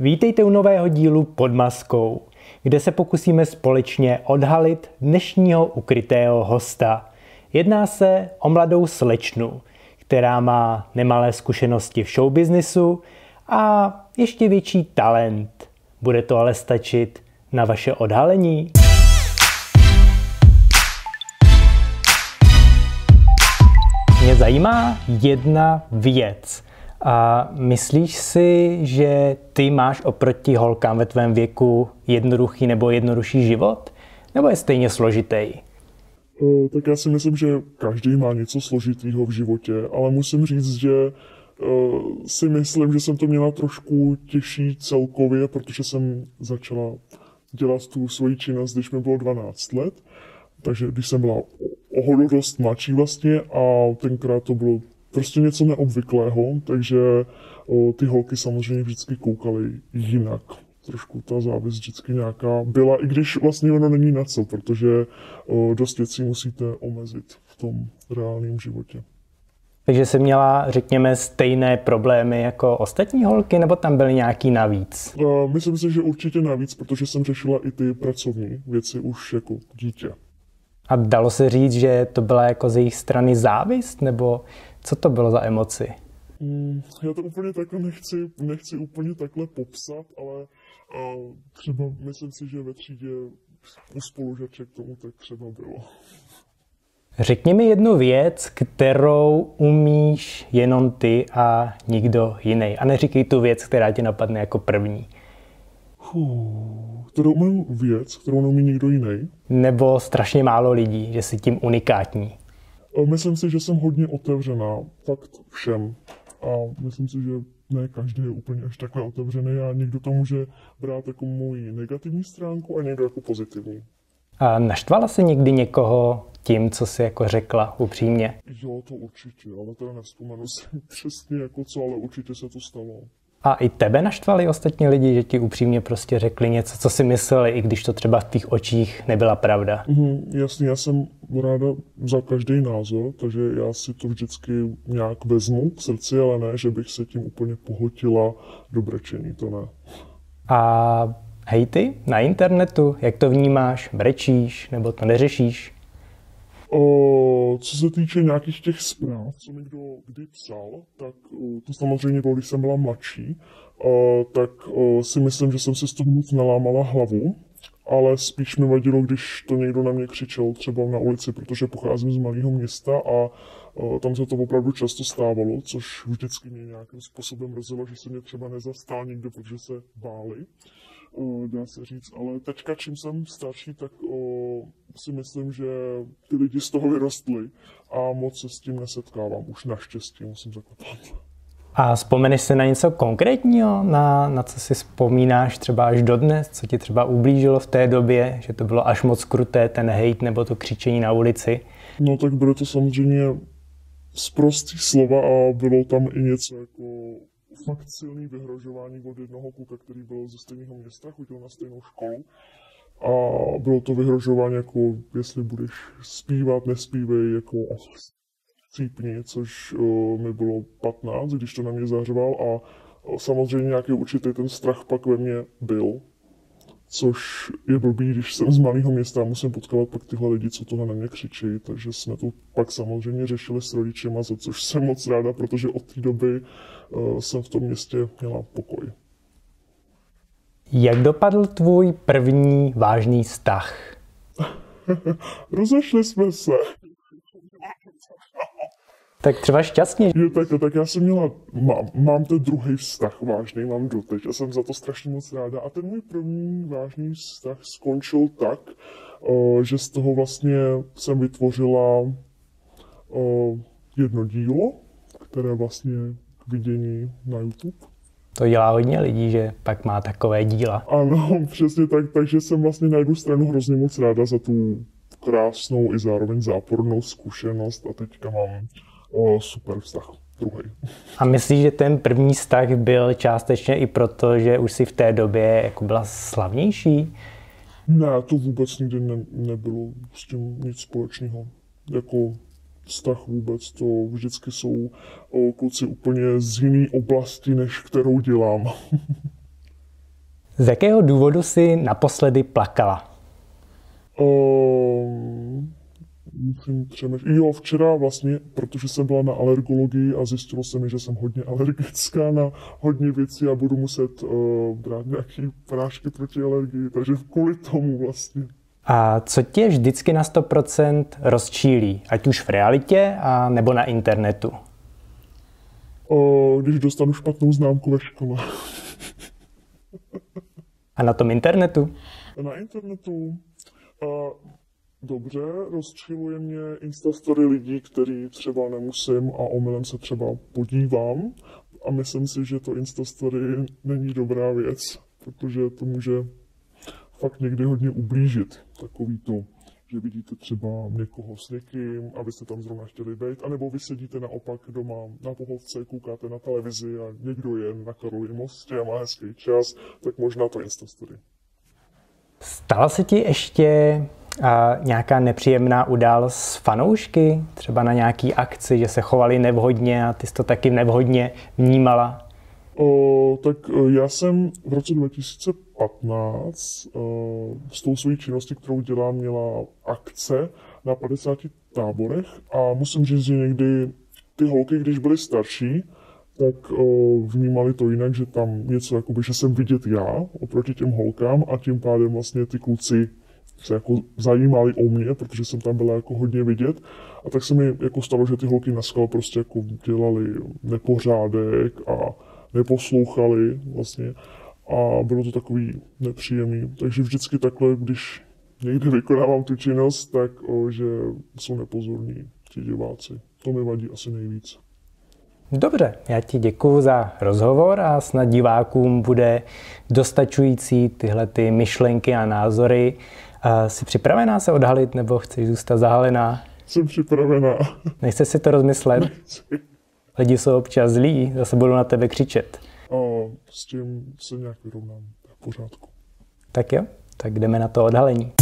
Vítejte u nového dílu Pod maskou, kde se pokusíme společně odhalit dnešního ukrytého hosta. Jedná se o mladou slečnu, která má nemalé zkušenosti v showbiznisu a ještě větší talent. Bude to ale stačit na vaše odhalení? Mě zajímá jedna věc. A myslíš si, že ty máš oproti holkám ve tvém věku jednoduchý nebo jednodušší život? Nebo je stejně složitý? Tak já si myslím, že každý má něco složitýho v životě, ale musím říct, že si myslím, že jsem to měla trošku těžší celkově, protože jsem začala dělat tu svoji činnost, když mi bylo 12 let. Takže když jsem byla o dost mladší vlastně a tenkrát to bylo prostě něco neobvyklého, takže ty holky samozřejmě vždycky koukaly jinak. Trošku ta závist vždycky nějaká byla, i když vlastně ono není na co, protože dost věcí musíte omezit v tom reálném životě. Takže jsi měla, řekněme, stejné problémy jako ostatní holky, nebo tam byly nějaký navíc? Myslím si, že určitě navíc, protože jsem řešila i ty pracovní věci už jako dítě. A dalo se říct, že to byla jako z jejich strany závist, nebo co to bylo za emoci? Já to úplně takhle nechci úplně takhle popsat, ale třeba myslím si, že ve třídě u spolužaček tomu tak třeba bylo. Řekni mi jednu věc, kterou umíš jenom ty a nikdo jiný. A neříkej tu věc, která ti napadne jako první. Kterou mám věc, kterou neumí nikdo jiný? Nebo strašně málo lidí, že jsi tím unikátní. Myslím si, že jsem hodně otevřená, fakt všem. A myslím si, že ne každý je úplně až takhle otevřený a někdo to může brát jako moji negativní stránku a někdo jako pozitivní. A naštvala jsi někdy někoho tím, co jsi jako řekla upřímně? Jo, to určitě, ale teda nevzpomenu si přesně jako co, ale určitě se to stalo. A i tebe naštvali ostatní lidi, že ti upřímně prostě řekli něco, co si mysleli, i když to třeba v tvých očích nebyla pravda? Jasně, já jsem ráda za každý názor, takže já si to vždycky nějak vezmu k srdci, ale ne, že bych se tím úplně pohltila do brečení, to ne. A hejty na internetu, jak to vnímáš? Brečíš nebo to neřešíš? Co se týče nějakých těch zpráv, co mi kdo kdy psal, tak to samozřejmě bylo, když jsem byla mladší, tak si myslím, že jsem si z toho moc nalámala hlavu, ale spíš mi vadilo, když to někdo na mě křičel třeba na ulici, protože pocházím z malého města a tam se to opravdu často stávalo, což vždycky mě nějakým způsobem mrzelo, že se mě třeba nezastal nikdo, protože se báli. Dá se říct, ale teďka, čím jsem starší, tak si myslím, že ty lidi z toho vyrostly a moc se s tím nesetkávám. Už naštěstí, musím zaklepat. A vzpomeneš si na něco konkrétního, na co si vzpomínáš třeba až dodnes, co ti třeba ublížilo v té době, že to bylo až moc kruté, ten hejt nebo to křičení na ulici? No tak bylo to samozřejmě sprostý slova a bylo tam i něco jako fakt silný vyhrožování od jednoho kluka, který byl ze stejného města, chodil na stejnou školu. A bylo to vyhrožování jako, jestli budeš zpívat, nespívej, jako cípni, což mi bylo 15, když to na mě zahřval a samozřejmě nějaký určitý ten strach pak ve mně byl. Což je blbý, když jsem z malého města a musím potkávat pak tyhle lidi, co tohle na mě křičí, takže jsme to pak samozřejmě řešili s rodičema, za což jsem moc ráda, protože od té doby jsem v tom městě měla pokoj. Jak dopadl tvůj první vážný vztah? Rozešli jsme se. Tak třeba šťastně. Tak já jsem mám ten druhý vztah vážný, mám doteď a jsem za to strašně moc ráda. A ten můj první vážný vztah skončil tak, že z toho vlastně jsem vytvořila jedno dílo, které vlastně k vidění na YouTube. To dělá hodně lidí, že pak má takové díla. Ano, přesně tak, takže jsem vlastně na jednu stranu hrozně moc ráda za tu krásnou i zároveň zápornou zkušenost a teďka mám super vztah, druhý. A myslíš, že ten první vztah byl částečně i proto, že už si v té době jako byla slavnější? Ne, to vůbec nikdy nebylo s tím nic společného. Jako vztah vůbec, to vždycky jsou kluci úplně z jiné oblasti, než kterou dělám. Z jakého důvodu jsi naposledy plakala? Musím přemýšlet. Jo, včera vlastně, protože jsem byla na alergologii a zjistilo se mi, že jsem hodně alergická na hodně věcí a budu muset brát nějaké prášky proti alergii, takže kvůli tomu vlastně. A co tě vždycky na 100% rozčílí, ať už v realitě a nebo na internetu? Když dostanu špatnou známku ve škole. A na tom internetu? Na internetu dobře, rozčiluje mě Instastory lidí, který třeba nemusím a omylem se třeba podívám a myslím si, že to Instastory není dobrá věc, protože to může fakt někdy hodně ublížit, takový to, že vidíte třeba někoho s někým a vy jste tam zrovna chtěli být, anebo vy sedíte naopak doma na pohovce, koukáte na televizi a někdo je na Karlově mostě a má hezký čas, tak možná to Instastory. Stala se ti ještě nějaká nepříjemná událost s fanoušky? Třeba na nějaký akci, že se chovali nevhodně a ty jsi to taky nevhodně vnímala? Tak já jsem v roce 2015 s tou svojí činností, kterou dělám, měla akce na 50 táborech a musím říct, že někdy ty holky, když byly starší, tak vnímali to jinak, že tam něco, jakoby, že jsem vidět já oproti těm holkám a tím pádem vlastně ty kluci se jako zajímali o mě, protože jsem tam byla jako hodně vidět. A tak se mi jako stalo, že ty holky na skal prostě jako dělali nepořádek a neposlouchali vlastně. A bylo to takový nepříjemný. Takže vždycky takhle, když někde vykonávám tu činnost, tak že jsou nepozorní ti diváci. To mi vadí asi nejvíc. Dobře, já ti děkuju za rozhovor a snad divákům bude dostačující tyhle ty myšlenky a názory. Jsi připravená se odhalit nebo chceš zůstat zahalená? Jsem připravená. Nechceš si to rozmyslet? Nechci. Lidi jsou občas zlí, zase budou na tebe křičet. S tím se nějak vyrovnám. V pořádku. Tak jo, tak jdeme na to odhalení.